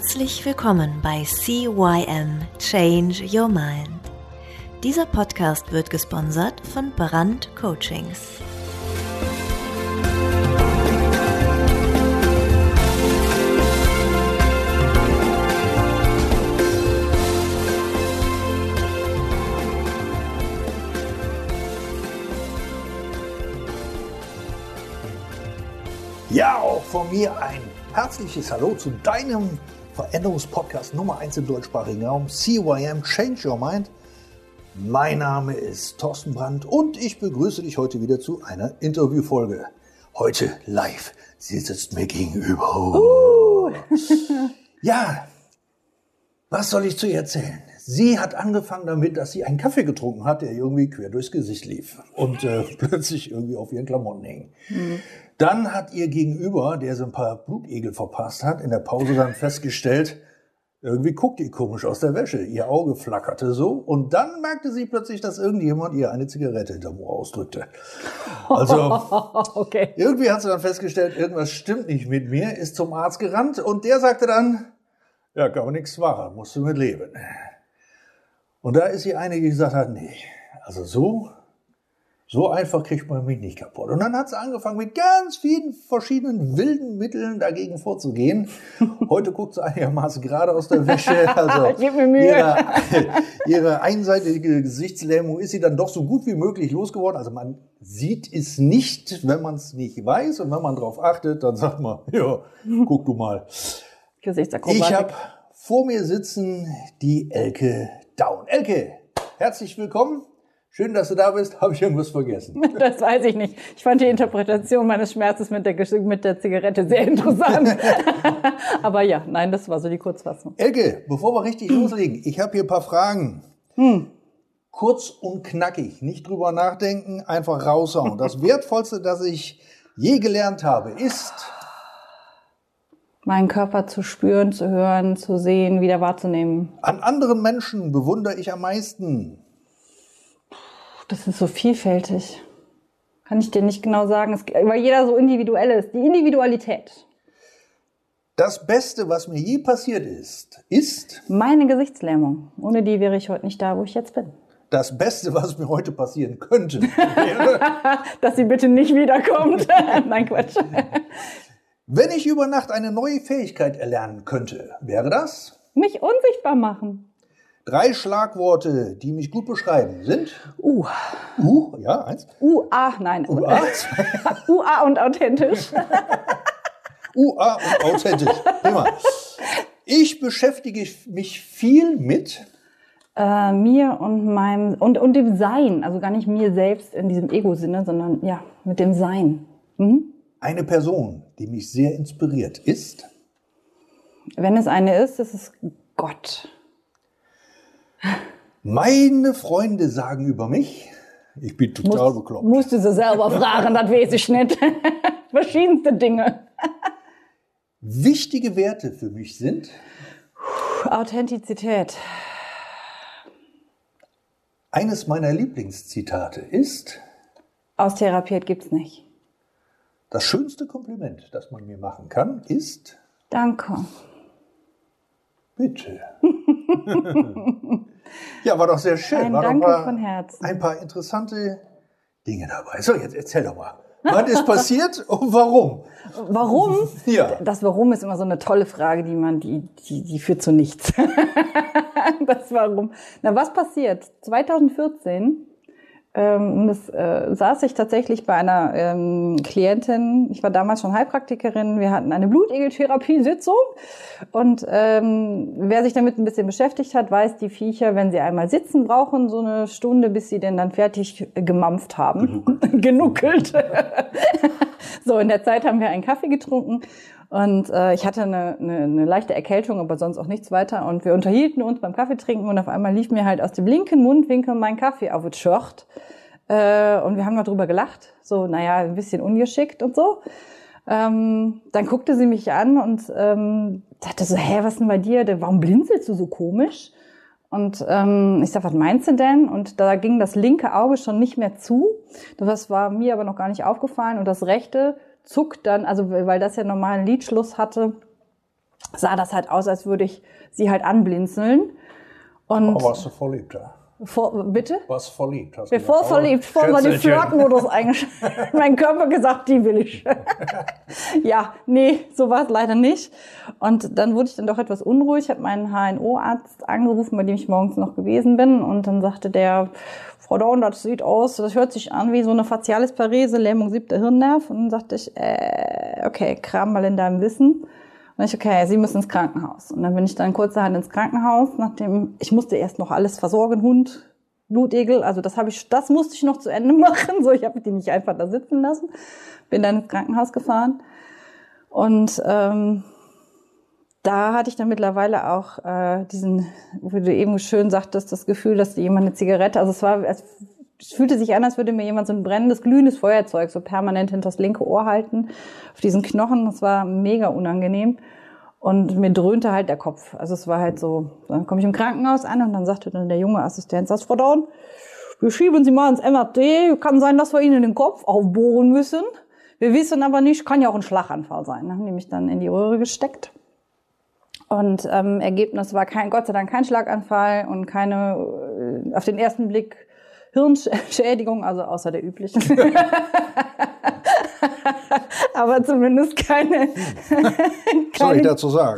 Herzlich willkommen bei CYM Change Your Mind. Dieser Podcast wird gesponsert von Brand Coachings. Ja, auch von mir ein herzliches Hallo zu deinem Veränderungspodcast Nummer 1 im deutschsprachigen Raum, CYM Change Your Mind. Mein Name ist Thorsten Brandt und ich begrüße dich heute wieder zu einer Interviewfolge. Heute live. Sie sitzt mir gegenüber. Ja, was soll ich zu ihr erzählen? Sie hat angefangen damit, dass sie einen Kaffee getrunken hat, der irgendwie quer durchs Gesicht lief und plötzlich irgendwie auf ihren Klamotten hing. Dann hat ihr Gegenüber, der so ein paar Blutegel verpasst hat, in der Pause dann festgestellt, irgendwie guckt die komisch aus der Wäsche. Ihr Auge flackerte so und dann merkte sie plötzlich, dass irgendjemand ihr eine Zigarette hinterm Ohr ausdrückte. Also okay. Irgendwie hat sie dann festgestellt, irgendwas stimmt nicht mit mir, ist zum Arzt gerannt und der sagte dann, ja, kann man nichts machen, musst du mit leben. Und da ist sie eine, die gesagt hat, nee, also so einfach kriegt man mich nicht kaputt. Und dann hat sie angefangen, mit ganz vielen verschiedenen wilden Mitteln dagegen vorzugehen. Heute guckt sie einigermaßen gerade aus der Wäsche. Also gib mir Mühe. Ihre einseitige Gesichtslähmung ist sie dann doch so gut wie möglich losgeworden. Also man sieht es nicht, wenn man es nicht weiß. Und wenn man darauf achtet, dann sagt man, ja, guck du mal. Gesichtsakrobatik. Ich habe vor mir sitzen die Elke Daun. Elke, herzlich willkommen. Schön, dass du da bist. Habe ich irgendwas vergessen? Das weiß ich nicht. Ich fand die Interpretation meines Schmerzes mit der Zigarette sehr interessant. Aber ja, nein, das war so die Kurzfassung. Elke, bevor wir richtig loslegen, ich habe hier ein paar Fragen. Kurz und knackig, nicht drüber nachdenken, einfach raushauen. Das Wertvollste, das ich je gelernt habe, ist... meinen Körper zu spüren, zu hören, zu sehen, wieder wahrzunehmen. An anderen Menschen bewundere ich am meisten... Das ist so vielfältig. Kann ich dir nicht genau sagen, weil jeder so individuell ist. Die Individualität. Das Beste, was mir je passiert ist... meine Gesichtslähmung. Ohne die wäre ich heute nicht da, wo ich jetzt bin. Das Beste, was mir heute passieren könnte, wäre... dass sie bitte nicht wiederkommt. Nein, Quatsch. Wenn ich über Nacht eine neue Fähigkeit erlernen könnte, wäre das? Mich unsichtbar machen. 3 Schlagworte, die mich gut beschreiben, sind? Ja, 1. Nein. UA. UA und authentisch. UA und authentisch. Prima. Ich beschäftige mich viel mit? Mir und meinem, und dem Sein. Also gar nicht mir selbst in diesem Ego-Sinne, sondern ja, mit dem Sein. Eine Person, die mich sehr inspiriert, ist? Wenn es eine ist es Gott. Meine Freunde sagen über mich, ich bin total bekloppt. Musst du sie selber fragen, das weiß ich nicht. Verschiedenste Dinge. Wichtige Werte für mich sind? Authentizität. Eines meiner Lieblingszitate ist? Austherapiert gibt's nicht. Das schönste Kompliment, das man mir machen kann, ist? Danke. Bitte. Ja, war doch sehr schön. Ein Danke von Herzen. Ein paar interessante Dinge dabei. So, jetzt erzähl doch mal. Was ist passiert und warum? Warum? Ja. Das Warum ist immer so eine tolle Frage, die führt zu nichts. Das Warum. Na, was passiert? 2014 saß ich tatsächlich bei einer Klientin. Ich war damals schon Heilpraktikerin. Wir hatten eine Blutegeltherapie-Sitzung. Und wer sich damit ein bisschen beschäftigt hat, weiß, die Viecher, wenn sie einmal sitzen, brauchen so eine Stunde, bis sie denn dann fertig gemampft haben. Genuckelt. So, in der Zeit haben wir einen Kaffee getrunken. Und ich hatte eine leichte Erkältung, aber sonst auch nichts weiter. Und wir unterhielten uns beim Kaffeetrinken und auf einmal lief mir halt aus dem linken Mundwinkel mein Kaffee auf das Shirt. Und wir haben noch drüber gelacht. So, naja, ein bisschen ungeschickt und so. Dann guckte sie mich an und sagte so, was ist denn bei dir? Warum blinzelst du so komisch? Und ich sag, was meinst du denn? Und da ging das linke Auge schon nicht mehr zu. Das war mir aber noch gar nicht aufgefallen. Und das rechte zuckt dann, also weil das ja normal einen Lidschluss hatte, sah das halt aus, als würde ich sie halt anblinzeln. Und Aber warst du verliebt, ja? Bitte? Warst du verliebt? Hast Bevor gesagt, verliebt, vor war den Flirtmodus eingeschaltet. Mein Körper gesagt, die will ich. Ja, nee, so war es leider nicht. Und dann wurde ich dann doch etwas unruhig. Ich habe meinen HNO-Arzt angerufen, bei dem ich morgens noch gewesen bin. Und dann sagte der, Frau Daun, das sieht aus, das hört sich an wie so eine Facialis Parese, Lähmung 7. Hirnnerv. Und dann sagte ich, okay, kram mal in deinem Wissen. Und ich, okay, Sie müssen ins Krankenhaus. Und dann bin ich dann kurzerhand ins Krankenhaus, nachdem, ich musste erst noch alles versorgen, Hund, Blutegel, also das musste ich noch zu Ende machen, so, ich habe die nicht einfach da sitzen lassen. Bin dann ins Krankenhaus gefahren. Und da hatte ich dann mittlerweile auch diesen, wie du eben schön sagtest, das Gefühl, dass jemand eine Zigarette, also es fühlte sich an, als würde mir jemand so ein brennendes, glühendes Feuerzeug so permanent hinter das linke Ohr halten, auf diesen Knochen. Das war mega unangenehm. Und mir dröhnte halt der Kopf. Also es war halt so, dann komme ich im Krankenhaus an und dann sagte dann der junge Assistent, Frau Daun, wir schieben Sie mal ins MRT. Kann sein, dass wir Ihnen den Kopf aufbohren müssen. Wir wissen aber nicht, kann ja auch ein Schlaganfall sein. Dann haben die mich dann in die Röhre gesteckt. Und Ergebnis war Gott sei Dank kein Schlaganfall und keine, auf den ersten Blick, Hirnschädigung, also außer der üblichen. Aber zumindest keine. Was soll ich dazu sagen?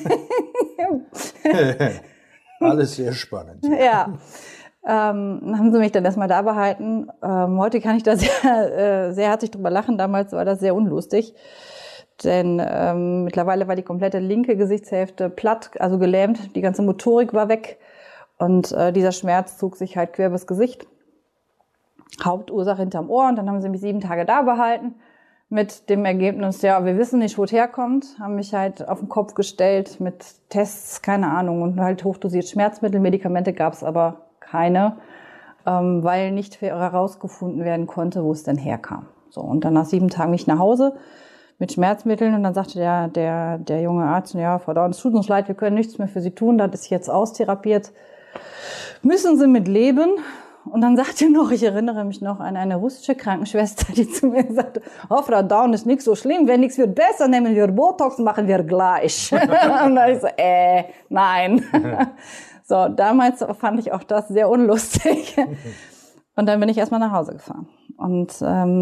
Alles sehr spannend. Ja. Haben sie mich dann erstmal da behalten. Heute kann ich da sehr herzlich drüber lachen. Damals war das sehr unlustig. Denn mittlerweile war die komplette linke Gesichtshälfte platt, also gelähmt. Die ganze Motorik war weg. Und dieser Schmerz zog sich halt quer übers Gesicht. Hauptursache hinterm Ohr. Und dann haben sie mich 7 Tage da behalten. Mit dem Ergebnis, ja, wir wissen nicht, wo es herkommt. Haben mich halt auf den Kopf gestellt mit Tests, keine Ahnung. Und halt hochdosiert Schmerzmittel. Medikamente gab es aber keine, weil nicht herausgefunden werden konnte, wo es denn herkam. So, und dann nach 7 Tagen nicht nach Hause mit Schmerzmitteln. Und dann sagte der junge Arzt, ja, Frau Daun, es tut uns leid, wir können nichts mehr für Sie tun. Das ist jetzt austherapiert. Müssen Sie mit leben? Und dann sagte er noch, ich erinnere mich noch an eine russische Krankenschwester, die zu mir sagte, oh, Frau Daun, ist nichts so schlimm, wenn nichts wird besser, nehmen wir Botox, machen wir gleich. Und dann ich so, nein. So, damals fand ich auch das sehr unlustig. Und dann bin ich erstmal nach Hause gefahren. Und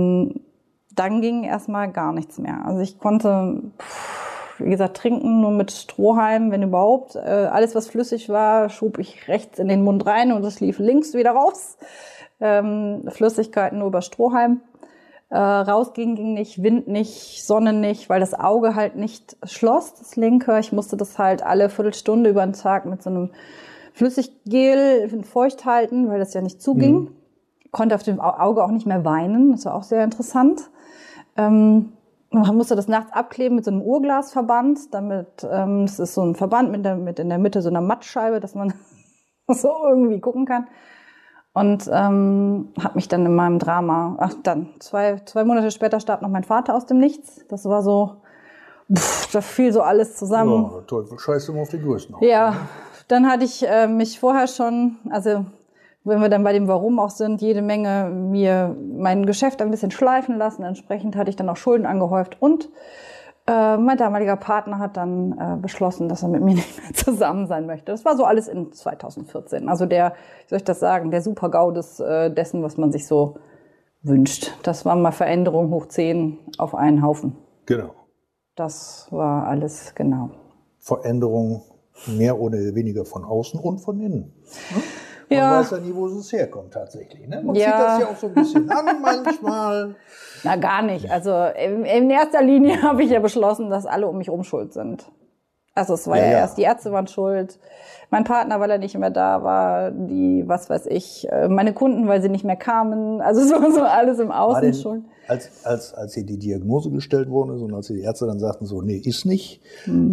dann ging erstmal gar nichts mehr. Also ich konnte, wie gesagt, trinken nur mit Strohhalm, wenn überhaupt. Alles, was flüssig war, schob ich rechts in den Mund rein und es lief links wieder raus. Flüssigkeiten nur über Strohhalm. Rausging ging nicht, Wind nicht, Sonne nicht, weil das Auge halt nicht schloss, das linke. Ich musste das halt alle Viertelstunde über den Tag mit so einem Flüssiggel feucht halten, weil das ja nicht zuging. Konnte auf dem Auge auch nicht mehr weinen, das war auch sehr interessant. Man musste das nachts abkleben mit so einem Urglasverband, damit, es ist so ein Verband mit in der Mitte so einer Mattscheibe, dass man so irgendwie gucken kann. Und habe mich dann in meinem Drama, zwei Monate später starb noch mein Vater aus dem Nichts. Das war so, da fiel so alles zusammen. Ja, der Teufel scheißt immer auf die Größten. Ja, dann hatte ich mich vorher schon, also wenn wir dann bei dem Warum auch sind, jede Menge mir mein Geschäft ein bisschen schleifen lassen. Entsprechend hatte ich dann auch Schulden angehäuft. Und mein damaliger Partner hat dann beschlossen, dass er mit mir nicht mehr zusammen sein möchte. Das war so alles in 2014. Also der, wie soll ich das sagen, der Super-GAU dessen, was man sich so wünscht. Das war mal Veränderung hoch 10 auf einen Haufen. Genau. Das war alles, genau. Veränderung mehr oder weniger von außen und von innen. Hm? Man weiß ja nie, wo es herkommt tatsächlich. Ne? Man zieht das ja auch so ein bisschen an manchmal. Na, gar nicht. Also in erster Linie habe ich ja beschlossen, dass alle um mich rum schuld sind. Also es war ja erst, die Ärzte waren schuld, mein Partner, weil er nicht mehr da war, die, was weiß ich, meine Kunden, weil sie nicht mehr kamen. Also so alles im Außen schuld. Als hier die Diagnose gestellt worden ist und als die Ärzte dann sagten so, nee, ist nicht,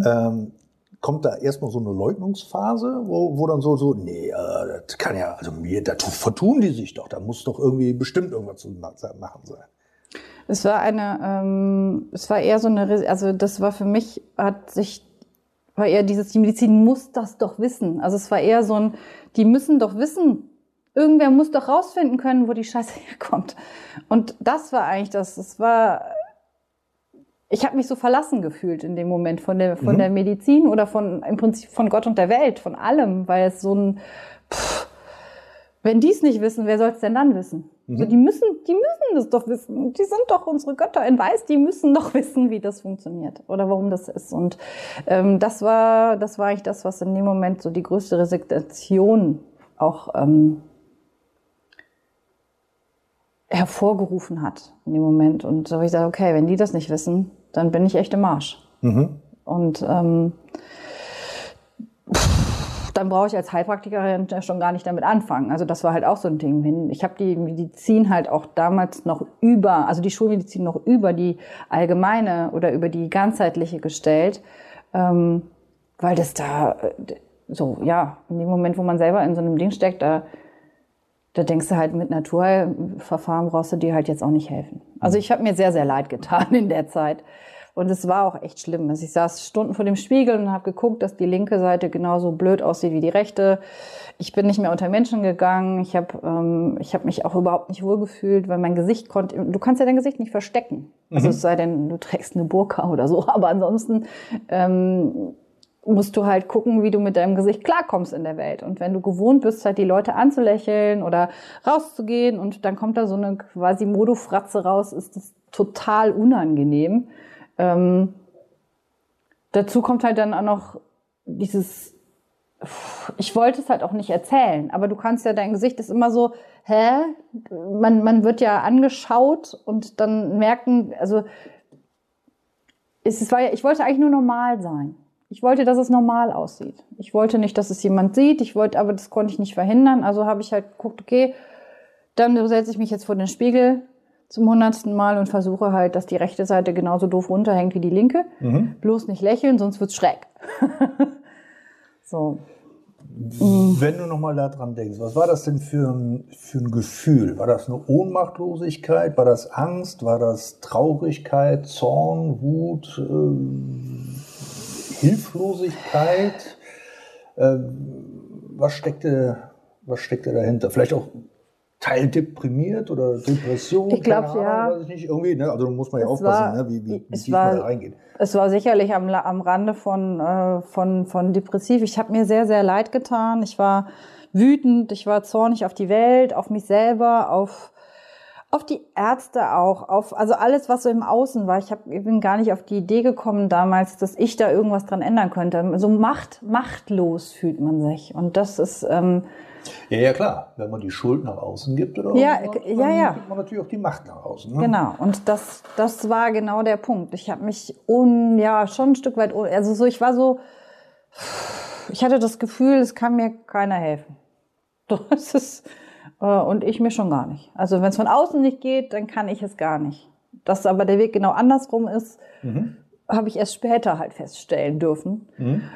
kommt da erstmal so eine Leugnungsphase, wo dann so, nee, das kann ja, also da vertun die sich doch, da muss doch irgendwie bestimmt irgendwas zu machen sein. Es war eher so eine, also das war für mich, war eher dieses, die Medizin muss das doch wissen. Also es war eher so ein, die müssen doch wissen, irgendwer muss doch rausfinden können, wo die Scheiße herkommt. Und das war eigentlich das, ich habe mich so verlassen gefühlt in dem Moment von der Medizin oder im Prinzip von Gott und der Welt, von allem, weil es so ein, wenn die es nicht wissen, wer soll es denn dann wissen? Also die müssen das doch wissen. Die sind doch unsere Götter in Weiß, die müssen doch wissen, wie das funktioniert oder warum das ist. Und das war eigentlich das, was in dem Moment so die größte Resignation auch hervorgerufen hat in dem Moment. Und da habe ich gesagt, okay, wenn die das nicht wissen, dann bin ich echt im Arsch. Und dann brauche ich als Heilpraktikerin schon gar nicht damit anfangen. Also das war halt auch so ein Ding. Ich habe die Medizin halt auch damals noch also die Schulmedizin noch über die allgemeine oder über die ganzheitliche gestellt, weil das da so, ja, in dem Moment, wo man selber in so einem Ding steckt, da denkst du halt, mit Naturverfahren brauchst du dir halt jetzt auch nicht helfen. Also ich habe mir sehr, sehr leid getan in der Zeit. Und es war auch echt schlimm. Also ich saß Stunden vor dem Spiegel und habe geguckt, dass die linke Seite genauso blöd aussieht wie die rechte. Ich bin nicht mehr unter Menschen gegangen. Ich hab mich auch überhaupt nicht wohlgefühlt, weil mein Gesicht du kannst ja dein Gesicht nicht verstecken. Also es sei denn, du trägst eine Burka oder so. Aber ansonsten musst du halt gucken, wie du mit deinem Gesicht klarkommst in der Welt. Und wenn du gewohnt bist, halt die Leute anzulächeln oder rauszugehen und dann kommt da so eine quasi Modofratze raus, ist das total unangenehm. Dazu kommt halt dann auch noch ich wollte es halt auch nicht erzählen, aber du kannst ja, dein Gesicht ist immer so, man wird ja angeschaut und dann merken, also ich wollte eigentlich nur normal sein. Ich wollte, dass es normal aussieht. Ich wollte nicht, dass es jemand sieht, aber das konnte ich nicht verhindern, also habe ich halt geguckt, okay, dann setze ich mich jetzt vor den Spiegel zum 100. Mal und versuche halt, dass die rechte Seite genauso doof runterhängt wie die linke. Bloß nicht lächeln, sonst wird's schräg. So. Wenn du nochmal daran denkst, was war das denn für ein Gefühl? War das eine Ohnmachtlosigkeit? War das Angst? War das Traurigkeit, Zorn, Wut, Hilflosigkeit? Was steckte dahinter? Vielleicht auch teildeprimiert oder Depression? Ich glaube, ja. Weiß ich nicht, irgendwie, ne? Also da muss man ja aufpassen, wie tief man da reingeht. Es war sicherlich am Rande von depressiv. Ich habe mir sehr, sehr leid getan. Ich war wütend, ich war zornig auf die Welt, auf mich selber, auf die Ärzte auch, also alles, was so im Außen war. Ich bin gar nicht auf die Idee gekommen damals, dass ich da irgendwas dran ändern könnte. So machtlos fühlt man sich. Und das ist Ja, klar. Wenn man die Schuld nach außen gibt oder gibt man natürlich auch die Macht nach außen. Ne? Genau. Und das war genau der Punkt. Ich habe mich schon ein Stück weit, ich hatte das Gefühl, es kann mir keiner helfen. Und ich mir schon gar nicht. Also wenn es von außen nicht geht, dann kann ich es gar nicht. Dass aber der Weg genau andersrum ist, habe ich erst später halt feststellen dürfen.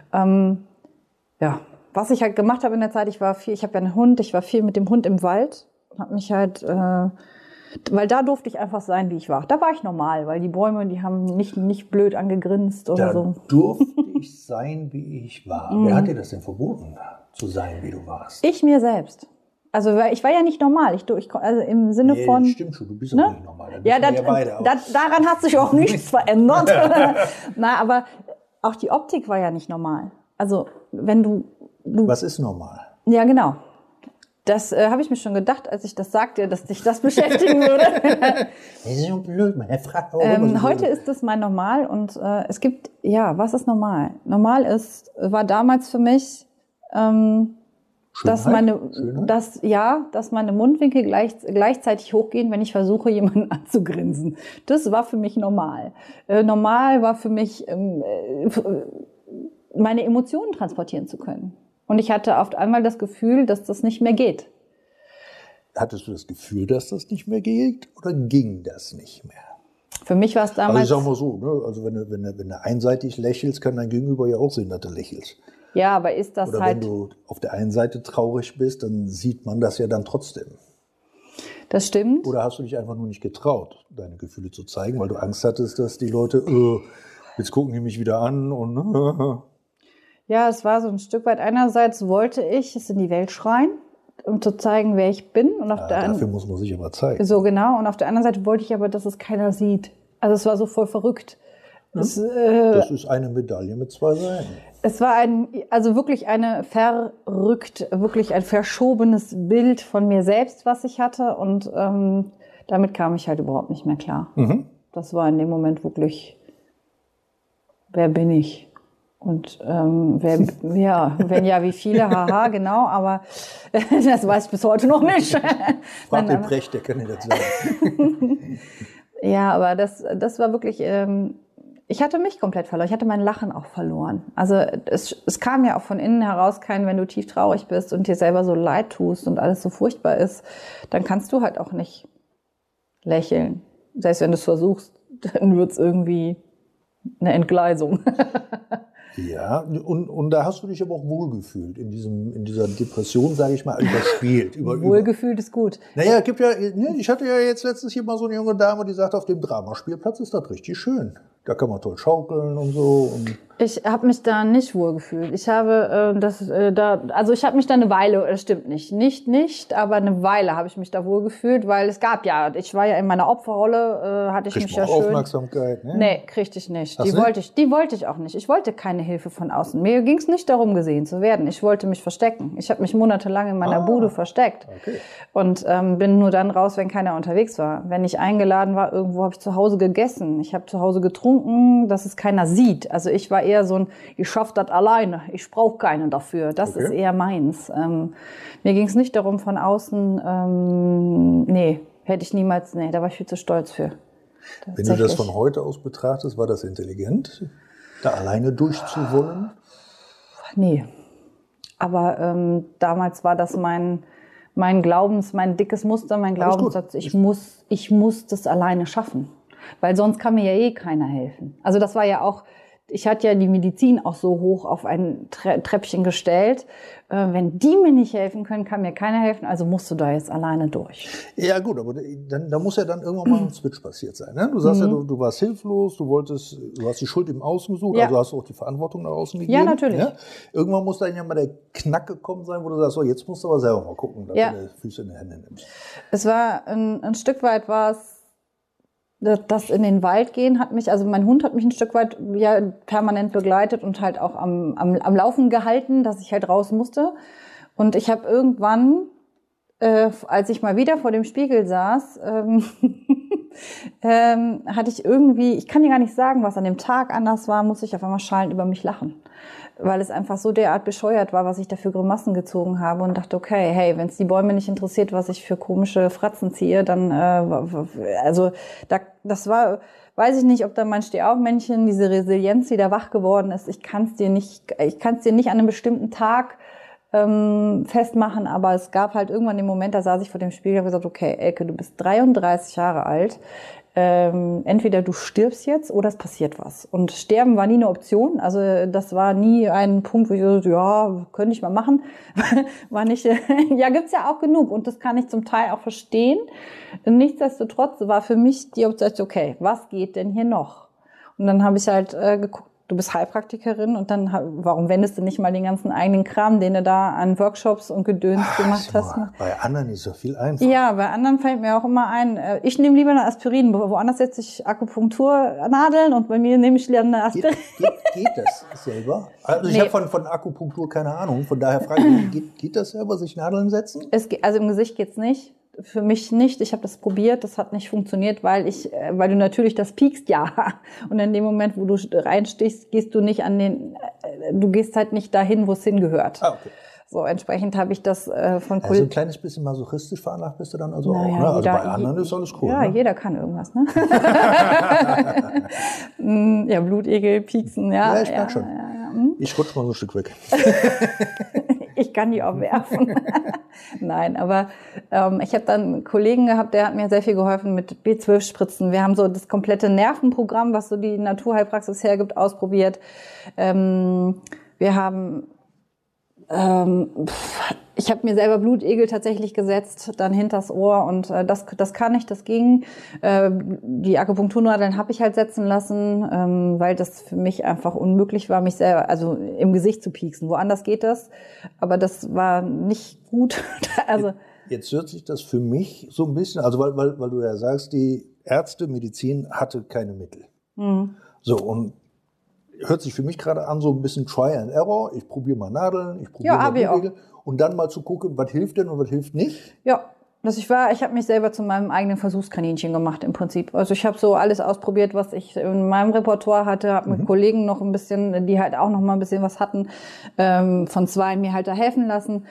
Was ich halt gemacht habe in der Zeit, ich habe ja einen Hund, ich war viel mit dem Hund im Wald, habe mich halt, weil da durfte ich einfach sein, wie ich war. Da war ich normal, weil die Bäume, die haben nicht blöd angegrinst oder so. Da durfte ich sein, wie ich war. Wer hat dir das denn verboten, zu sein, wie du warst? Ich mir selbst. Also ich war ja nicht normal. Also im Sinne von. Stimmt schon, du bist auch nicht normal. Daran hat sich auch nichts verändert. Aber auch die Optik war ja nicht normal. Also wenn du was ist normal? Ja, genau. Das habe ich mir schon gedacht, als ich das sagte, dass dich das beschäftigen würde. Das ist schon blöd, man fragt heute ist das mein Normal und es gibt, was ist normal? Normal war damals für mich, dass meine Mundwinkel gleichzeitig hochgehen, wenn ich versuche, jemanden anzugrinsen. Das war für mich normal. Normal war für mich, meine Emotionen transportieren zu können. Und ich hatte oft einmal das Gefühl, dass das nicht mehr geht. Hattest du das Gefühl, dass das nicht mehr geht oder ging das nicht mehr? Für mich war es damals... Also ich sag mal so, ne? Also wenn du einseitig lächelst, kann dein Gegenüber ja auch sehen, dass du lächelst. Ja, aber ist das oder wenn du auf der einen Seite traurig bist, dann sieht man das ja dann trotzdem. Das stimmt. Oder hast du dich einfach nur nicht getraut, deine Gefühle zu zeigen, weil du Angst hattest, dass die Leute, jetzt gucken die mich wieder an und... Ja, es war so ein Stück weit. Einerseits wollte ich es in die Welt schreien, um zu zeigen, wer ich bin. Und dafür muss man sich aber zeigen. So genau. Und auf der anderen Seite wollte ich aber, dass es keiner sieht. Also es war so voll verrückt. Das ist eine Medaille mit zwei Seiten. Es war wirklich wirklich ein verschobenes Bild von mir selbst, was ich hatte. Und damit kam ich halt überhaupt nicht mehr klar. Das war in dem Moment wirklich, wer bin ich? Und wenn ja, wie viele, haha, genau, aber das weiß ich bis heute noch nicht. Frag den Brecht, der kann dir das sagen. Ja, aber das war wirklich, ich hatte mich komplett verloren. Ich hatte mein Lachen auch verloren. Also es kam ja auch von innen heraus wenn du tief traurig bist und dir selber so leid tust und alles so furchtbar ist, dann kannst du halt auch nicht lächeln. Selbst wenn du es versuchst, dann wird es irgendwie eine Entgleisung. Ja, und da hast du dich aber auch wohlgefühlt in dieser Depression, sage ich mal, überspielt. Wohlgefühlt ist gut. Naja, ich hatte ja jetzt letztens hier mal so eine junge Dame, die sagt, auf dem Dramaspielplatz ist das richtig schön. Da kann man toll schaukeln und so. Ich habe mich da nicht wohlgefühlt. Ich habe ich habe mich da eine Weile, das stimmt nicht, aber eine Weile habe ich mich da wohlgefühlt, weil ich war ja in meiner Opferrolle, hatte ich mich ja schön. Aufmerksamkeit, ne? Nee, kriegte ich nicht. Die wollte ich auch nicht. Ich wollte keine Hilfe von außen. Mir ging es nicht darum, gesehen zu werden. Ich wollte mich verstecken. Ich habe mich monatelang in meiner Bude versteckt. Okay. Und bin nur dann raus, wenn keiner unterwegs war. Wenn ich eingeladen war, irgendwo habe ich zu Hause gegessen. Ich habe zu Hause getrunken, dass es keiner sieht. Also ich war eher so ich schaffe das alleine. Ich brauche keinen dafür. Das ist eher meins. Mir ging es nicht darum, von außen, hätte ich niemals, da war ich viel zu stolz für. Wenn du das von heute aus betrachtest, war das intelligent, da alleine durchzuwollen? Nee. Aber damals war das mein dickes Muster, mein Glaubenssatz, ich muss das alleine schaffen. Weil sonst kann mir ja keiner helfen. Also das war ja auch, ich hatte ja die Medizin auch so hoch auf ein Treppchen gestellt. Wenn die mir nicht helfen können, kann mir keiner helfen, also musst du da jetzt alleine durch. Ja gut, aber da muss ja dann irgendwann mal ein Switch passiert sein. Ne? Du sagst ja, du warst hilflos, du hast die Schuld im Außen gesucht, also hast du auch die Verantwortung nach außen gegeben. Ja, natürlich. Ja? Irgendwann muss dann ja mal der Knack gekommen sein, wo du sagst, so, jetzt musst du aber selber mal gucken, dass du die Füße in die Hände nimmst. Es war ein Stück weit das in den Wald gehen mein Hund hat mich ein Stück weit permanent begleitet und halt auch am Laufen gehalten, dass ich halt raus musste. Und ich habe irgendwann, als ich mal wieder vor dem Spiegel saß, hatte ich irgendwie, ich kann dir gar nicht sagen, was an dem Tag anders war, musste ich auf einmal schallend über mich lachen. Weil es einfach so derart bescheuert war, was ich da für Grimassen gezogen habe und dachte, okay, hey, wenn es die Bäume nicht interessiert, was ich für komische Fratzen ziehe, dann, das war, weiß ich nicht, ob da mein Stehaufmännchen, diese Resilienz wieder wach geworden ist. Ich kann es dir nicht an einem bestimmten Tag festmachen, aber es gab halt irgendwann den Moment, da saß ich vor dem Spiegel und habe gesagt, okay, Elke, du bist 33 Jahre alt, entweder du stirbst jetzt oder es passiert was. Und sterben war nie eine Option, also das war nie ein Punkt, wo ich so, ja, könnte ich mal machen, war nicht, ja, gibt's ja auch genug und das kann ich zum Teil auch verstehen. Nichtsdestotrotz war für mich die Option, okay, was geht denn hier noch? Und dann habe ich halt geguckt, du bist Heilpraktikerin und dann, warum wendest du nicht mal den ganzen eigenen Kram, den du da an Workshops und Gedöns gemacht hast? Bei anderen ist es viel einfacher. Ja, bei anderen fällt mir auch immer ein, ich nehme lieber eine Aspirin, woanders setze ich Akupunkturnadeln und bei mir nehme ich lieber eine Aspirin. Geht das selber? Also ich habe von Akupunktur keine Ahnung, von daher frage ich, geht das selber, sich Nadeln setzen? Also im Gesicht geht's nicht. Für mich nicht. Ich habe das probiert, das hat nicht funktioniert, weil du natürlich das piekst, ja. Und in dem Moment, wo du reinstichst, gehst du nicht du gehst halt nicht dahin, wo es hingehört. Okay. So, entsprechend habe ich das von Also ein kleines bisschen masochistisch veranlagt bist du dann also naja, auch, ne? Also bei anderen ist alles cool. Ja, ne? Jeder kann irgendwas, ne? Ja, Blutegel, Pieksen, ja. Ja, ich merke schon. Ja. Ich rutsche mal so ein Stück weg. Ich kann die auch werfen. Nein, aber ich habe dann einen Kollegen gehabt, der hat mir sehr viel geholfen mit B12-Spritzen. Wir haben so das komplette Nervenprogramm, was so die Naturheilpraxis hergibt, ausprobiert. Wir haben ich habe mir selber Blutegel tatsächlich gesetzt, dann hinters Ohr und das kann ich, das ging. Die Akupunkturnadeln habe ich halt setzen lassen, weil das für mich einfach unmöglich war, mich selber, also im Gesicht zu pieksen. Woanders geht das, aber das war nicht gut. Also jetzt hört sich das für mich so ein bisschen, also weil du ja sagst, die Ärzte, Medizin hatte keine Mittel. Mhm. So, und hört sich für mich gerade an, so ein bisschen Try and Error. Ich probiere mal Nadeln, ich probiere mal Blutwege. Und dann mal zu gucken, was hilft denn und was hilft nicht. Ja, ich habe mich selber zu meinem eigenen Versuchskaninchen gemacht im Prinzip. Also ich habe so alles ausprobiert, was ich in meinem Repertoire hatte, habe mit Kollegen noch ein bisschen, die halt auch noch mal ein bisschen was hatten, von zwei mir halt da helfen lassen.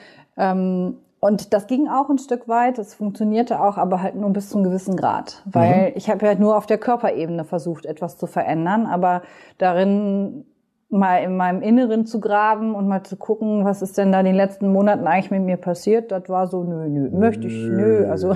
Und das ging auch ein Stück weit, das funktionierte auch, aber halt nur bis zu einem gewissen Grad. Weil ich habe ja nur auf der Körperebene versucht, etwas zu verändern, aber darin mal in meinem Inneren zu graben und mal zu gucken, was ist denn da in den letzten Monaten eigentlich mit mir passiert, das war so, nö. Also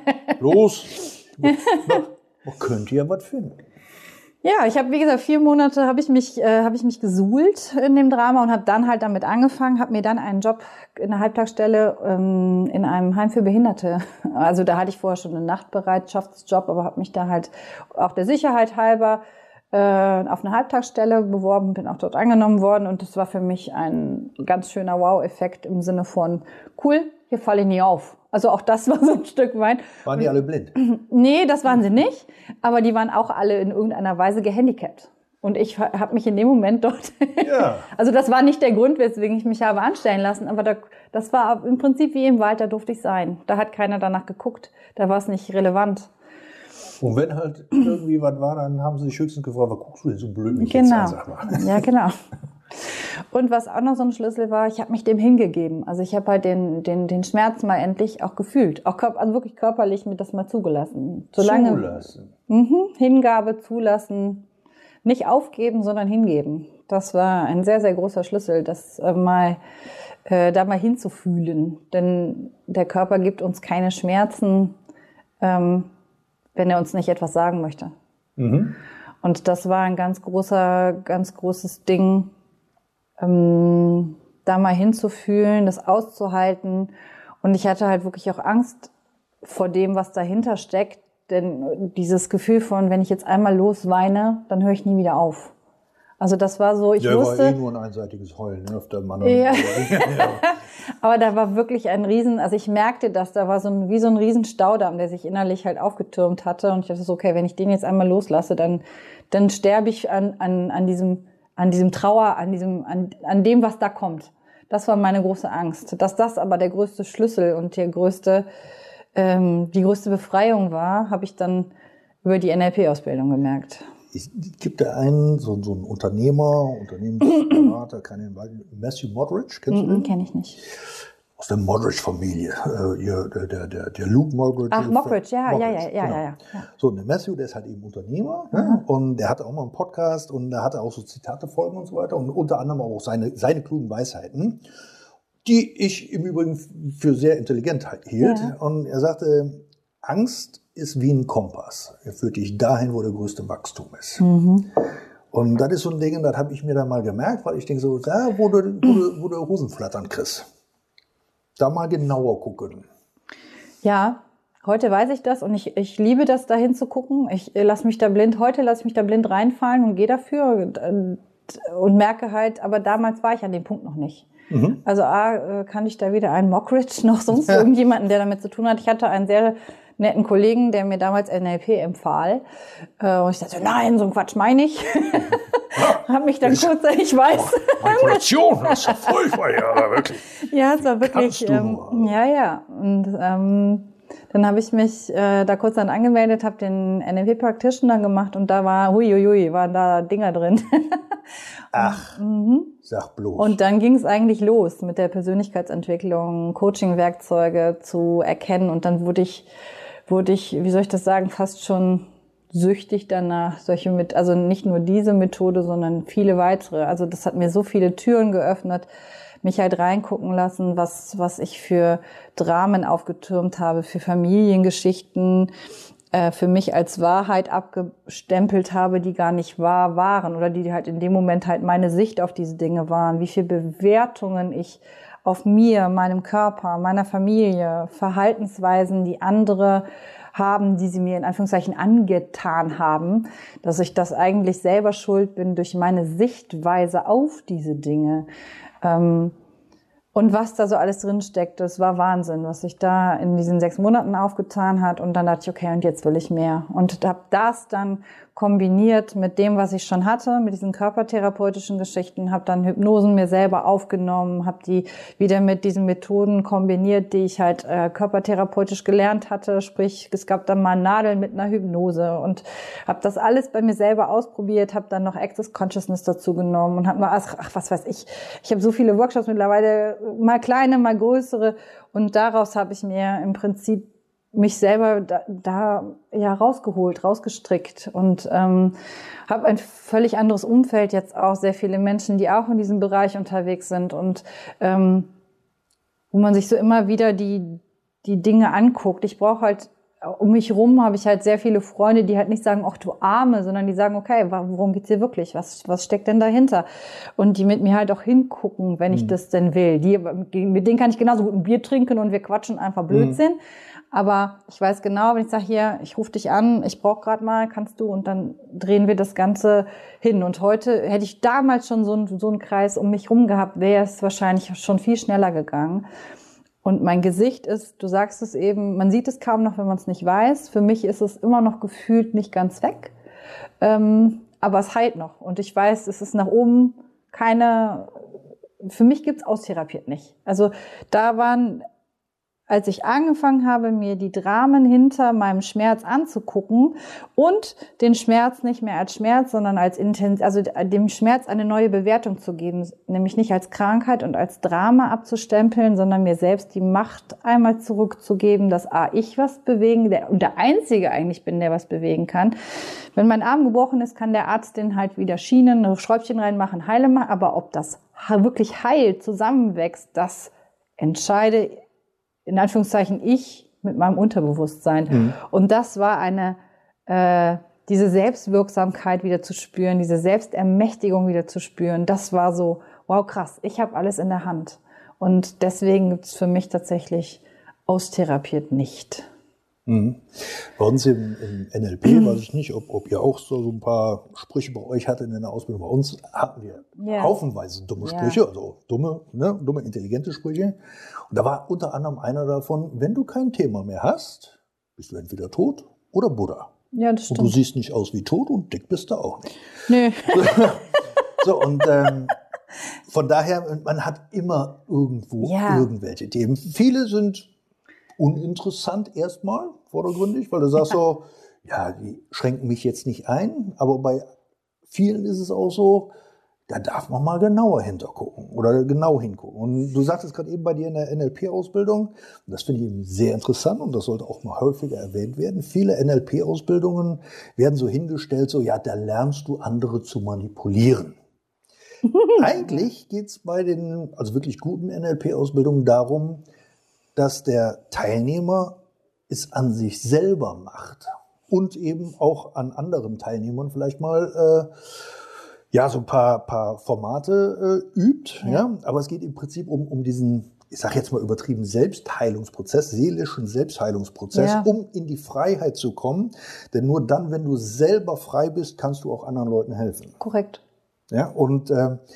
los, man könnte ja was finden. Ja, ich habe, wie gesagt, 4 Monate habe ich mich gesuhlt in dem Drama und habe dann halt damit angefangen, habe mir dann einen Job in einer Halbtagsstelle in einem Heim für Behinderte. Also da hatte ich vorher schon einen Nachtbereitschaftsjob, aber habe mich da halt auch der Sicherheit halber auf eine Halbtagsstelle beworben, bin auch dort angenommen worden und das war für mich ein ganz schöner Wow-Effekt im Sinne von cool, hier falle ich nie auf. Also auch das war so ein Stück weit. Waren die alle blind? Nee, das waren sie nicht, aber die waren auch alle in irgendeiner Weise gehandicapt. Und ich habe mich in dem Moment dort, also das war nicht der Grund, weswegen ich mich habe anstellen lassen, aber das war im Prinzip wie im Wald, da durfte ich sein. Da hat keiner danach geguckt, da war es nicht relevant. Und wenn halt irgendwie was war, dann haben sie sich höchstens gefragt, was guckst du denn so blöd mich jetzt an, sag mal. Ja, genau. Und was auch noch so ein Schlüssel war, ich habe mich dem hingegeben. Also ich habe halt den Schmerz mal endlich auch gefühlt. Auch also wirklich körperlich mir das mal zugelassen. Zulassen? Hingabe, zulassen. Nicht aufgeben, sondern hingeben. Das war ein sehr, sehr großer Schlüssel, das da mal hinzufühlen. Denn der Körper gibt uns keine Schmerzen, wenn er uns nicht etwas sagen möchte. Und das war ein ganz großes Ding, da mal hinzufühlen, das auszuhalten. Und ich hatte halt wirklich auch Angst vor dem, was dahinter steckt. Denn dieses Gefühl von, wenn ich jetzt einmal losweine, dann höre ich nie wieder auf. Also das war so, ich wusste... war nur ein einseitiges Heulen, ne, auf der Mann. Ja. Aber da war wirklich ein also ich merkte das, da war wie so ein riesen Staudamm, der sich innerlich halt aufgetürmt hatte. Und ich dachte so, okay, wenn ich den jetzt einmal loslasse, dann sterbe ich an diesem Trauer, an dem, was da kommt. Das war meine große Angst. Dass das aber der größte Schlüssel und die größte Befreiung war, habe ich dann über die NLP-Ausbildung gemerkt. Es gibt da einen, so einen Unternehmensberater, Matthew Modric, kennst du den? Kenne ich nicht. Aus der Modric-Familie. Der Luke Modric. Ach, Modric, ja. So, und der Matthew, der ist halt eben Unternehmer, ne? Und der hatte auch mal einen Podcast und da hatte auch so Zitate-Folgen und so weiter und unter anderem auch seine klugen Weisheiten, die ich im Übrigen für sehr intelligent hielt. Ja. Und er sagte, Angst ist wie ein Kompass. Er führt dich dahin, wo der größte Wachstum ist. Und das ist so ein Ding, das habe ich mir dann mal gemerkt, weil ich denke so, da wo du Hosen flattern kriegst. Da mal genauer gucken. Ja, heute weiß ich das und ich liebe das, da hinzugucken. Heute lasse ich mich da blind reinfallen und gehe dafür und merke halt, aber damals war ich an dem Punkt noch nicht. Also kann ich da weder einen Mockridge noch sonst irgendjemanden, der damit zu tun hat. Ich hatte einen sehr netten Kollegen, der mir damals NLP empfahl. Und ich dachte, nein, so ein Quatsch meine ich. Hab mich dann ich weiß. Manipulation, das ist ja furchtbar, ja, wirklich. Ja, es war wirklich, ja. Und dann habe ich mich da kurz dann angemeldet, habe den NLP Practitioner gemacht und da waren da Dinger drin. Ach, sag bloß. Und dann ging es eigentlich los mit der Persönlichkeitsentwicklung, Coaching-Werkzeuge zu erkennen und dann wurde ich, wie soll ich das sagen, fast schon süchtig danach, also nicht nur diese Methode, sondern viele weitere. Also das hat mir so viele Türen geöffnet, mich halt reingucken lassen, was ich für Dramen aufgetürmt habe, für Familiengeschichten, für mich als Wahrheit abgestempelt habe, die gar nicht wahr waren oder die halt in dem Moment halt meine Sicht auf diese Dinge waren, wie viele Bewertungen ich auf mir, meinem Körper, meiner Familie, Verhaltensweisen, die andere haben, die sie mir in Anführungszeichen angetan haben, dass ich das eigentlich selber schuld bin durch meine Sichtweise auf diese Dinge. Und was da so alles drin steckt, das war Wahnsinn, was sich da in diesen 6 Monaten aufgetan hat. Und dann dachte ich, okay, und jetzt will ich mehr. Und habe das dann kombiniert mit dem, was ich schon hatte, mit diesen körpertherapeutischen Geschichten, habe dann Hypnosen mir selber aufgenommen, habe die wieder mit diesen Methoden kombiniert, die ich halt körpertherapeutisch gelernt hatte. Sprich, es gab dann mal Nadeln mit einer Hypnose und habe das alles bei mir selber ausprobiert, habe dann noch Access Consciousness dazu genommen und habe mal, was weiß ich, ich habe so viele Workshops mittlerweile, mal kleine, mal größere, und daraus habe ich mir im Prinzip mich selber da rausgeholt, rausgestrickt und habe ein völlig anderes Umfeld jetzt auch, sehr viele Menschen, die auch in diesem Bereich unterwegs sind und wo man sich so immer wieder die Dinge anguckt. Ich brauche halt, um mich rum habe ich halt sehr viele Freunde, die halt nicht sagen, ach du Arme, sondern die sagen, okay, worum geht's hier wirklich? Was steckt denn dahinter? Und die mit mir halt auch hingucken, wenn ich das denn will. Mit denen kann ich genauso gut ein Bier trinken und wir quatschen einfach Blödsinn. Aber ich weiß genau, wenn ich sage, hier, ich rufe dich an, ich brauche gerade mal, kannst du, und dann drehen wir das Ganze hin. Und heute hätte ich damals schon so einen Kreis um mich rum gehabt, wäre es wahrscheinlich schon viel schneller gegangen. Und mein Gesicht ist, du sagst es eben, man sieht es kaum noch, wenn man es nicht weiß. Für mich ist es immer noch gefühlt nicht ganz weg, aber es heilt noch. Und ich weiß, es ist nach oben für mich gibt's austherapiert nicht. Also da waren, als ich angefangen habe, mir die Dramen hinter meinem Schmerz anzugucken und den Schmerz nicht mehr als Schmerz, sondern als dem Schmerz eine neue Bewertung zu geben, nämlich nicht als Krankheit und als Drama abzustempeln, sondern mir selbst die Macht einmal zurückzugeben, dass ich was bewegen, und der Einzige eigentlich bin, der was bewegen kann. Wenn mein Arm gebrochen ist, kann der Arzt den halt wieder Schienen, ein Schräubchen reinmachen, heile machen, aber ob das wirklich heilt, zusammenwächst, das entscheide in Anführungszeichen ich mit meinem Unterbewusstsein. Und das war diese Selbstwirksamkeit wieder zu spüren, diese Selbstermächtigung wieder zu spüren. Das war so, wow, krass, ich habe alles in der Hand. Und deswegen gibt es für mich tatsächlich austherapiert nicht. Bei uns im NLP, weiß ich nicht, ob ihr auch so ein paar Sprüche bei euch hattet in der Ausbildung. Bei uns hatten wir haufenweise dumme Sprüche, also dumme, intelligente Sprüche. Und da war unter anderem einer davon, wenn du kein Thema mehr hast, bist du entweder tot oder Buddha. Ja, das stimmt. Und du siehst nicht aus wie tot und dick bist du auch nicht. Nö. So, und von daher, man hat immer irgendwo irgendwelche Themen. Viele sind uninteressant erstmal, vordergründig, weil du sagst so, ja, die schränken mich jetzt nicht ein, aber bei vielen ist es auch so, da darf man mal genauer hintergucken oder genau hingucken. Und du sagtest gerade eben bei dir in der NLP-Ausbildung, und das finde ich eben sehr interessant und das sollte auch mal häufiger erwähnt werden, viele NLP-Ausbildungen werden so hingestellt, so, ja, da lernst du andere zu manipulieren. Eigentlich geht es bei den, also wirklich guten NLP-Ausbildungen darum, dass der Teilnehmer es an sich selber macht und eben auch an anderen Teilnehmern vielleicht mal so ein paar Formate übt. Ja. Aber es geht im Prinzip um diesen, ich sage jetzt mal übertrieben, Selbstheilungsprozess, seelischen Selbstheilungsprozess, um in die Freiheit zu kommen. Denn nur dann, wenn du selber frei bist, kannst du auch anderen Leuten helfen. Korrekt. Ja, und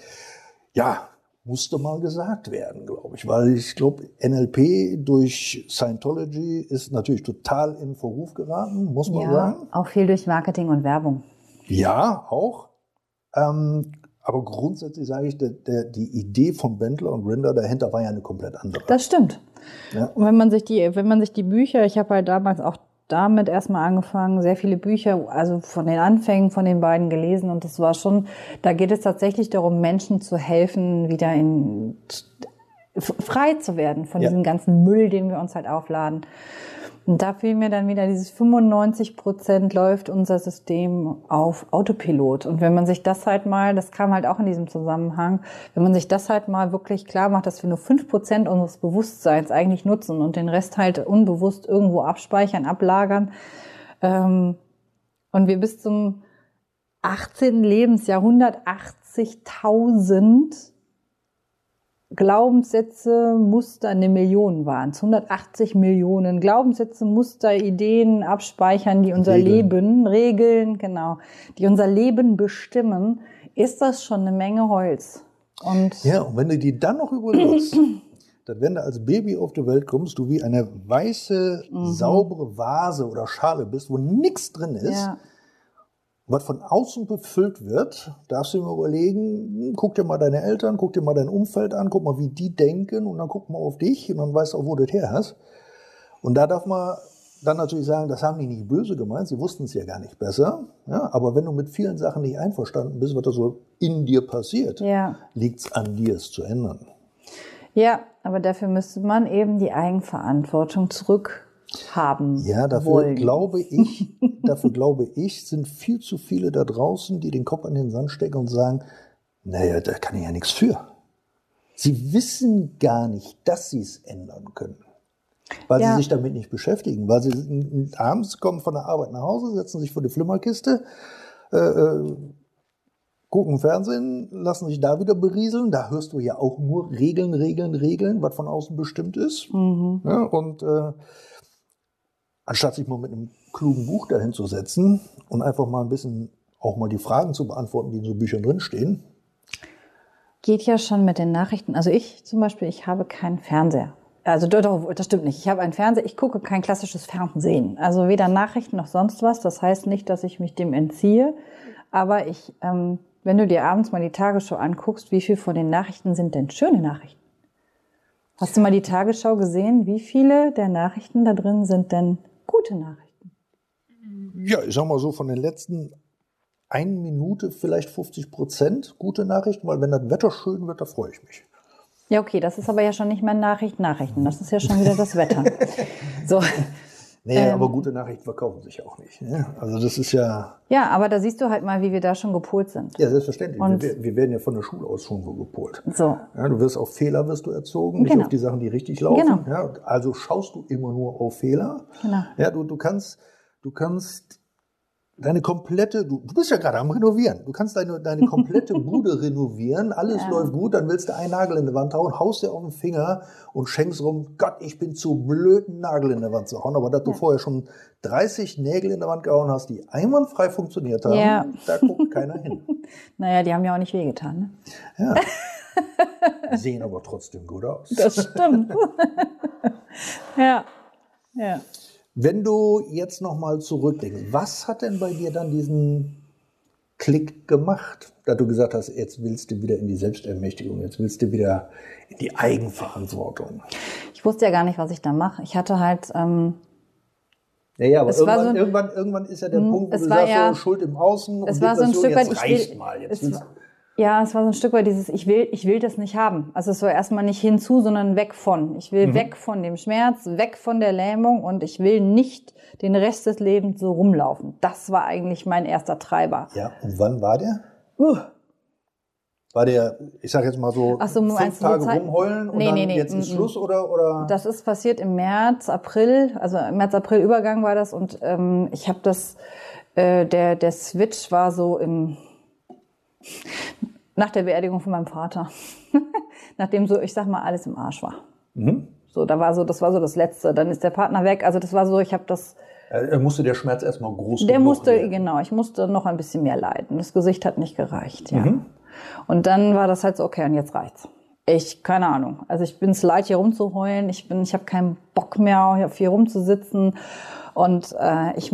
musste mal gesagt werden, glaube ich. Weil ich glaube, NLP durch Scientology ist natürlich total in Verruf geraten, muss man sagen. Auch viel durch Marketing und Werbung. Ja, auch. Aber grundsätzlich sage ich, die Idee von Bendler und Grinder dahinter war ja eine komplett andere. Das stimmt. Ja. Und wenn man sich die Bücher, ich habe halt damals auch damit erstmal angefangen, sehr viele Bücher, also von den Anfängen von den beiden gelesen, und das war schon, da geht es tatsächlich darum, Menschen zu helfen, wieder frei zu werden von diesem ganzen Müll, den wir uns halt aufladen. Und da fiel mir dann wieder dieses 95% läuft unser System auf Autopilot. Und wenn man sich das halt mal, das kam halt auch in diesem Zusammenhang, wenn man sich das halt mal wirklich klar macht, dass wir nur 5% unseres Bewusstseins eigentlich nutzen und den Rest halt unbewusst irgendwo abspeichern, ablagern, und wir bis zum 18. Lebensjahr 180.000 Glaubenssätze, Muster, 1 Million waren es. 180 Millionen Glaubenssätze, Muster, Ideen abspeichern, die unser Regeln, genau, die unser Leben bestimmen, ist das schon eine Menge Holz. Und ja, und wenn du die dann noch überlegst, dass wenn du als Baby auf die Welt kommst, du wie eine weiße, saubere Vase oder Schale bist, wo nichts drin ist, Ja. was von außen befüllt wird, darfst du dir mal überlegen, guck dir mal deine Eltern, guck dir mal dein Umfeld an, guck mal, wie die denken und dann guck mal auf dich und dann weißt du auch, wo du das her hast. Und da darf man dann natürlich sagen, das haben die nicht böse gemeint, sie wussten es ja gar nicht besser. Ja, aber wenn du mit vielen Sachen nicht einverstanden bist, was da so in dir passiert, liegt es an dir, es zu ändern. Ja, aber dafür müsste man eben die Eigenverantwortung zurückhaben. Ja, dafür glaube ich, sind viel zu viele da draußen, die den Kopf in den Sand stecken und sagen, naja, da kann ich ja nichts für. Sie wissen gar nicht, dass sie es ändern können. Weil sie sich damit nicht beschäftigen. Weil sie abends kommen von der Arbeit nach Hause, setzen sich vor die Flimmerkiste, gucken Fernsehen, lassen sich da wieder berieseln. Da hörst du ja auch nur Regeln, was von außen bestimmt ist. Ja, und anstatt sich mal mit einem klugen Buch dahin zu setzen und einfach mal ein bisschen auch mal die Fragen zu beantworten, die in so Büchern drinstehen. Geht ja schon mit den Nachrichten. Also ich zum Beispiel, ich habe keinen Fernseher. Also doch, das stimmt nicht. Ich habe einen Fernseher, ich gucke kein klassisches Fernsehen. Also weder Nachrichten noch sonst was. Das heißt nicht, dass ich mich dem entziehe. Aber wenn du dir abends mal die Tagesschau anguckst, wie viel von den Nachrichten sind denn schöne Nachrichten? Hast du mal die Tagesschau gesehen? Wie viele der Nachrichten da drin sind denn gute Nachrichten? Ja, ich sag mal so, von den letzten 1 Minute vielleicht 50% gute Nachrichten, weil wenn das Wetter schön wird, da freue ich mich. Ja, okay, das ist aber ja schon nicht mehr Nachrichten. Das ist ja schon wieder das Wetter. So. Naja, aber gute Nachrichten verkaufen sich auch nicht. Ne? Also das ist ja... Ja, aber da siehst du halt mal, wie wir da schon gepolt sind. Ja, selbstverständlich. Wir werden ja von der Schule aus schon so gepolt. So. Ja, du wirst auf Fehler erzogen, nicht auf die Sachen, die richtig laufen. Genau. Ja, also schaust du immer nur auf Fehler. Genau. Ja, du kannst deine komplette, du bist ja gerade am Renovieren, du kannst deine komplette Bude renovieren, alles läuft gut, dann willst du einen Nagel in die Wand hauen, haust dir auf den Finger und schenkst rum, Gott, ich bin zu blöd, einen Nagel in die Wand zu hauen, aber dass du vorher schon 30 Nägel in der Wand gehauen hast, die einwandfrei funktioniert haben, da guckt keiner hin. Naja, die haben ja auch nicht wehgetan, ne? Ja. Sehen aber trotzdem gut aus. Das stimmt. Ja. Wenn du jetzt nochmal zurückdenkst, was hat denn bei dir dann diesen Klick gemacht, da du gesagt hast, jetzt willst du wieder in die Selbstermächtigung, jetzt willst du wieder in die Eigenverantwortung? Ich wusste ja gar nicht, was ich da mache. Ich hatte halt... Naja, aber irgendwann ist ja der Punkt, wo du sagst, so Schuld im Außen und Depression, so jetzt reicht mal. Ja, es war so ein Stück weit dieses, ich will das nicht haben. Also es war erstmal nicht hinzu, sondern weg von. Ich will weg von dem Schmerz, weg von der Lähmung und ich will nicht den Rest des Lebens so rumlaufen. Das war eigentlich mein erster Treiber. Ja, und wann war der? War der, ich sag jetzt mal so, 5 Tage rumheulen und dann jetzt ist Schluss oder? Das ist passiert im März, April, also im März-April-Übergang war das und ich habe das, der Switch war so nach der Beerdigung von meinem Vater. Nachdem so, ich sag mal, alles im Arsch war. So, das war so das Letzte. Dann ist der Partner weg. Also das war so, ich habe das... musste der Schmerz erstmal groß werden. Genau, ich musste noch ein bisschen mehr leiden. Das Gesicht hat nicht gereicht, ja. Und dann war das halt so, okay, und jetzt reicht's. Keine Ahnung. Also ich bin's leid, hier rumzuheulen. Ich habe keinen Bock mehr, hier rumzusitzen. Und ich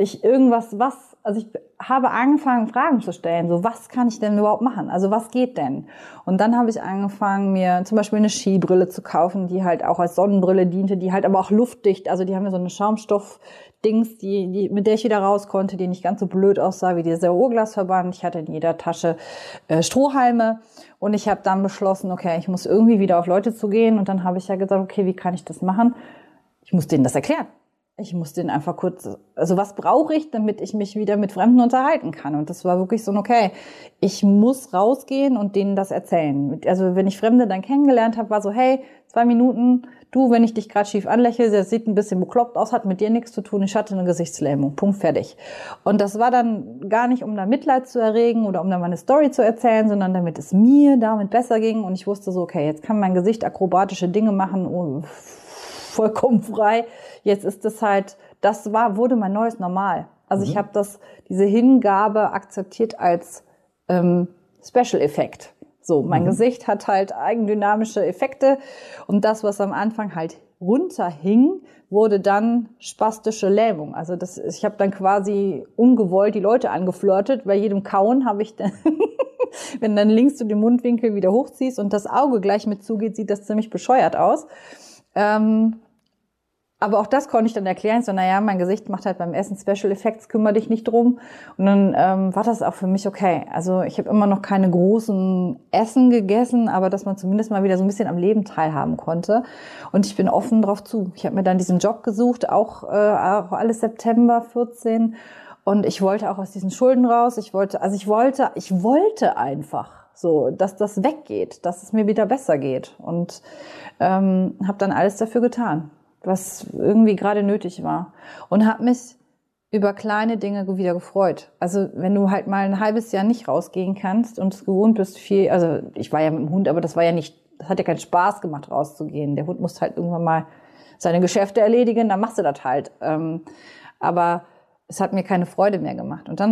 habe angefangen, Fragen zu stellen. So, was kann ich denn überhaupt machen? Also, was geht denn? Und dann habe ich angefangen, mir zum Beispiel eine Skibrille zu kaufen, die halt auch als Sonnenbrille diente, die halt aber auch luftdicht, also die haben ja so eine Schaumstoff-Dings, mit der ich wieder raus konnte, die nicht ganz so blöd aussah wie dieser Urglasverband. Ich hatte in jeder Tasche Strohhalme und ich habe dann beschlossen, okay, ich muss irgendwie wieder auf Leute zugehen. Und dann habe ich ja gesagt, okay, wie kann ich das machen? Ich muss denen das erklären. Ich muss denen einfach kurz, also was brauche ich, damit ich mich wieder mit Fremden unterhalten kann? Und das war wirklich so, okay, ich muss rausgehen und denen das erzählen. Also wenn ich Fremde dann kennengelernt habe, war so, hey, 2 Minuten, du, wenn ich dich gerade schief anlächle, das sieht ein bisschen bekloppt aus, hat mit dir nichts zu tun, ich hatte eine Gesichtslähmung, Punkt, fertig. Und das war dann gar nicht, um da Mitleid zu erregen oder um da mal eine Story zu erzählen, sondern damit es mir damit besser ging. Und ich wusste so, okay, jetzt kann mein Gesicht akrobatische Dinge machen, vollkommen frei. Jetzt ist es halt, wurde mein neues Normal. Also ich habe diese Hingabe akzeptiert als Special-Effekt. So, mein Gesicht hat halt eigendynamische Effekte und das, was am Anfang halt runterhing, wurde dann spastische Lähmung. Also ich habe dann quasi ungewollt die Leute angeflirtet. Bei jedem Kauen habe ich dann, wenn dann links du den Mundwinkel wieder hochziehst und das Auge gleich mit zugeht, sieht das ziemlich bescheuert aus. Aber auch das konnte ich dann erklären. So, naja, mein Gesicht macht halt beim Essen Special Effects, kümmere dich nicht drum. Und dann war das auch für mich okay. Also ich habe immer noch keine großen Essen gegessen, aber dass man zumindest mal wieder so ein bisschen am Leben teilhaben konnte. Und ich bin offen drauf zu. Ich habe mir dann diesen Job gesucht, auch alles September 14. Und ich wollte auch aus diesen Schulden raus. Ich wollte einfach so, dass das weggeht, dass es mir wieder besser geht. Und habe dann alles dafür getan, was irgendwie gerade nötig war. Und habe mich über kleine Dinge wieder gefreut. Also wenn du halt mal ein halbes Jahr nicht rausgehen kannst und es gewohnt bist, also ich war ja mit dem Hund, aber das hat ja keinen Spaß gemacht, rauszugehen. Der Hund muss halt irgendwann mal seine Geschäfte erledigen, dann machst du das halt. Aber es hat mir keine Freude mehr gemacht. Und dann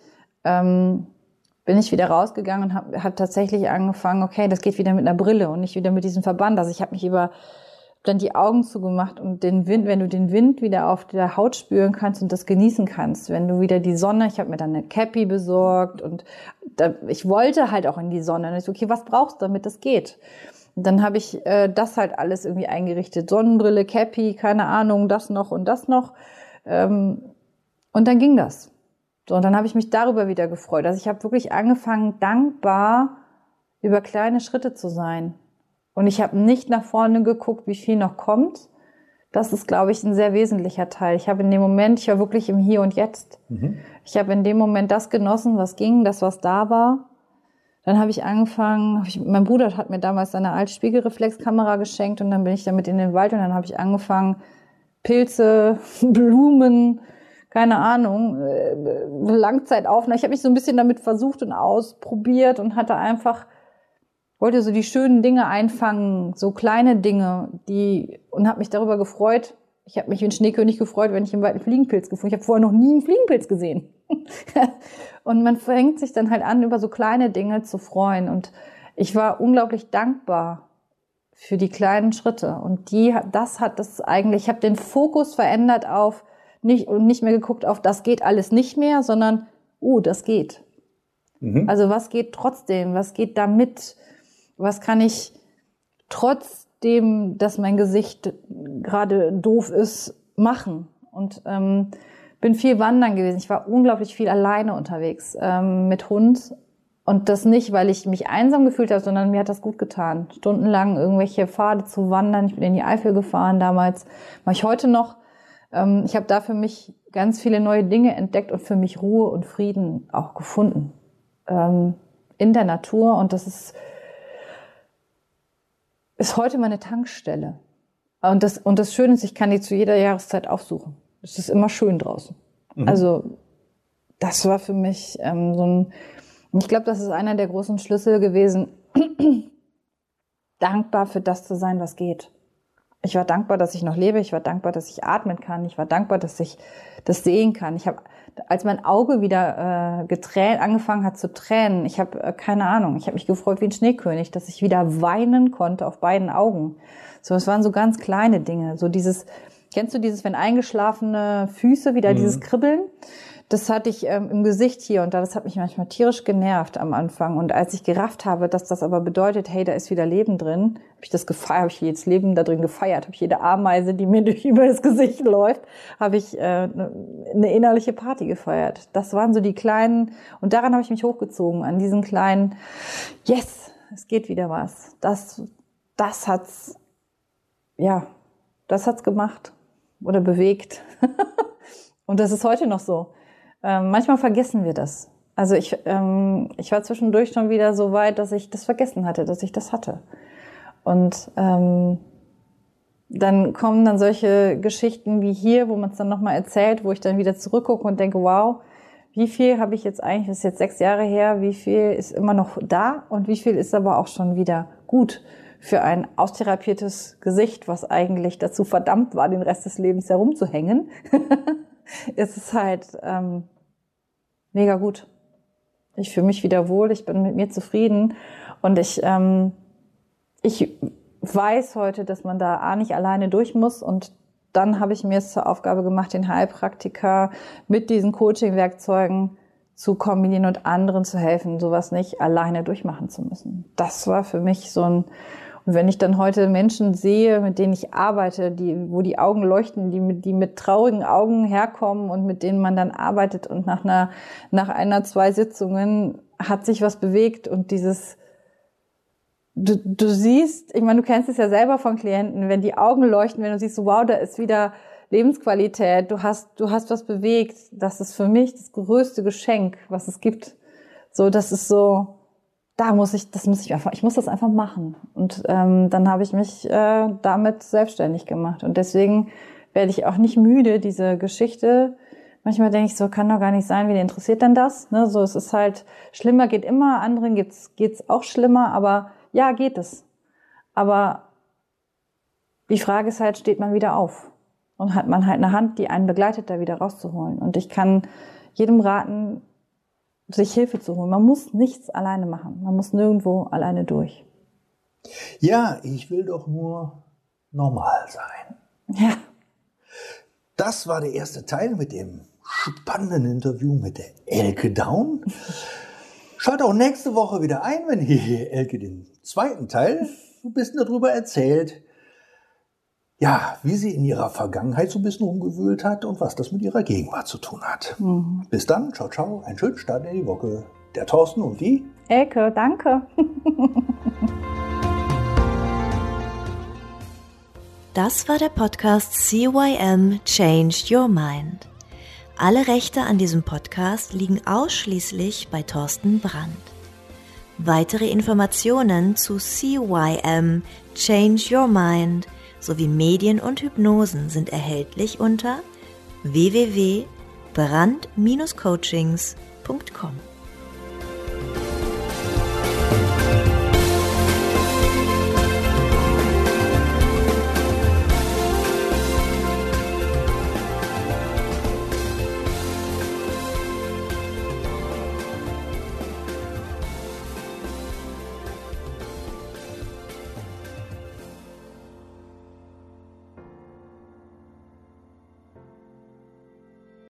bin ich wieder rausgegangen und habe tatsächlich angefangen, okay, das geht wieder mit einer Brille und nicht wieder mit diesem Verband. Also ich habe mich dann die Augen zugemacht und den Wind, wenn du den Wind wieder auf der Haut spüren kannst und das genießen kannst, wenn du wieder die Sonne, ich habe mir dann eine Cappy besorgt und ich wollte halt auch in die Sonne. Und ich so, okay, was brauchst du, damit das geht? Und dann habe ich das halt alles irgendwie eingerichtet, Sonnenbrille, Cappy, keine Ahnung, das noch und das noch. Und dann ging das. So, und dann habe ich mich darüber wieder gefreut. Also ich habe wirklich angefangen, dankbar über kleine Schritte zu sein. Und ich habe nicht nach vorne geguckt, wie viel noch kommt. Das ist, glaube ich, ein sehr wesentlicher Teil. Ich war wirklich im Hier und Jetzt. Ich habe in dem Moment das genossen, was ging, das, was da war. Dann habe ich angefangen, mein Bruder hat mir damals seine alte Spiegelreflexkamera geschenkt und dann bin ich damit in den Wald und dann habe ich angefangen, Pilze, Blumen, keine Ahnung, Langzeitaufnahmen. Ich habe mich so ein bisschen damit versucht und ausprobiert und wollte so die schönen Dinge einfangen, so kleine Dinge, und habe mich darüber gefreut. Ich habe mich wie ein Schneekönig gefreut, wenn ich im Wald einen Fliegenpilz gefunden habe. Ich habe vorher noch nie einen Fliegenpilz gesehen. Und man fängt sich dann halt an, über so kleine Dinge zu freuen. Und ich war unglaublich dankbar für die kleinen Schritte. Und ich habe den Fokus verändert auf nicht mehr geguckt auf, das geht alles nicht mehr, sondern, das geht. Also was geht trotzdem? Was geht damit? Was kann ich trotzdem, dass mein Gesicht gerade doof ist, machen? Und bin viel wandern gewesen. Ich war unglaublich viel alleine unterwegs mit Hund. Und das nicht, weil ich mich einsam gefühlt habe, sondern mir hat das gut getan. Stundenlang irgendwelche Pfade zu wandern. Ich bin in die Eifel gefahren damals. Mache ich heute noch. Ich habe da für mich ganz viele neue Dinge entdeckt und für mich Ruhe und Frieden auch gefunden. In der Natur. Und das ist heute meine Tankstelle. Und das Schöne ist, ich kann die zu jeder Jahreszeit aufsuchen. Es ist immer schön draußen. Also das war für mich ich glaube, das ist einer der großen Schlüssel gewesen, dankbar für das zu sein, was geht. Ich war dankbar, dass ich noch lebe. Ich war dankbar, dass ich atmen kann. Ich war dankbar, dass ich das sehen kann. Als mein Auge wieder angefangen hat zu tränen, ich habe keine Ahnung, ich habe mich gefreut wie ein Schneekönig, dass ich wieder weinen konnte auf beiden Augen. So, es waren so ganz kleine Dinge. So kennst du dieses, wenn eingeschlafene Füße wieder dieses Kribbeln? Das hatte ich im Gesicht hier und da. Das hat mich manchmal tierisch genervt am Anfang. Und als ich gerafft habe, dass das aber bedeutet, hey, da ist wieder Leben drin, habe ich jedes Leben da drin gefeiert. Habe ich jede Ameise, die mir über das Gesicht läuft, habe ich eine innerliche Party gefeiert. Das waren so die kleinen, und daran habe ich mich hochgezogen, an diesen kleinen, yes, es geht wieder was. Das hat's gemacht oder bewegt. Und das ist heute noch so. Manchmal vergessen wir das. Also ich war zwischendurch schon wieder so weit, dass ich das vergessen hatte, dass ich das hatte. Und dann kommen dann solche Geschichten wie hier, wo man es dann nochmal erzählt, wo ich dann wieder zurückgucke und denke, wow, wie viel habe ich jetzt eigentlich, das ist jetzt 6 Jahre her, wie viel ist immer noch da und wie viel ist aber auch schon wieder gut für ein austherapiertes Gesicht, was eigentlich dazu verdammt war, den Rest des Lebens herumzuhängen. Es ist halt mega gut. Ich fühle mich wieder wohl, ich bin mit mir zufrieden Und ich weiß heute, dass man da nicht alleine durch muss. Und dann habe ich mir es zur Aufgabe gemacht, den Heilpraktiker mit diesen Coaching-Werkzeugen zu kombinieren und anderen zu helfen, sowas nicht alleine durchmachen zu müssen. Das war für mich so ein, und wenn ich dann heute Menschen sehe, mit denen ich arbeite, wo die Augen leuchten, die mit traurigen Augen herkommen und mit denen man dann arbeitet und nach 2 Sitzungen hat sich was bewegt und dieses, du siehst, ich meine, du kennst es ja selber von Klienten, wenn die Augen leuchten, wenn du siehst, so, wow, da ist wieder Lebensqualität, du hast was bewegt, das ist für mich das größte Geschenk, was es gibt. So, das ist so, ich muss das einfach machen. Und dann habe ich mich damit selbstständig gemacht. Und deswegen werde ich auch nicht müde, diese Geschichte. Manchmal denke ich so, kann doch gar nicht sein, wen interessiert denn das? Ne, so, es ist halt, schlimmer geht immer, anderen geht's auch schlimmer, aber ja, geht es. Aber die Frage ist halt, steht man wieder auf? Und hat man halt eine Hand, die einen begleitet, da wieder rauszuholen. Und ich kann jedem raten, sich Hilfe zu holen. Man muss nichts alleine machen. Man muss nirgendwo alleine durch. Ja, ich will doch nur normal sein. Ja. Das war der erste Teil mit dem spannenden Interview mit der Elke Daun. Schaut auch nächste Woche wieder ein, wenn hier Elke den zweiten Teil ein bisschen darüber erzählt, ja, wie sie in ihrer Vergangenheit so ein bisschen rumgewühlt hat und was das mit ihrer Gegenwart zu tun hat. Mhm. Bis dann, ciao, ciao, einen schönen Start in die Woche. Der Thorsten und die Elke, danke. Das war der Podcast CYM Change Your Mind. Alle Rechte an diesem Podcast liegen ausschließlich bei Thorsten Brandt. Weitere Informationen zu CYM Change Your Mind sowie Medien und Hypnosen sind erhältlich unter www.brandt-coachings.com.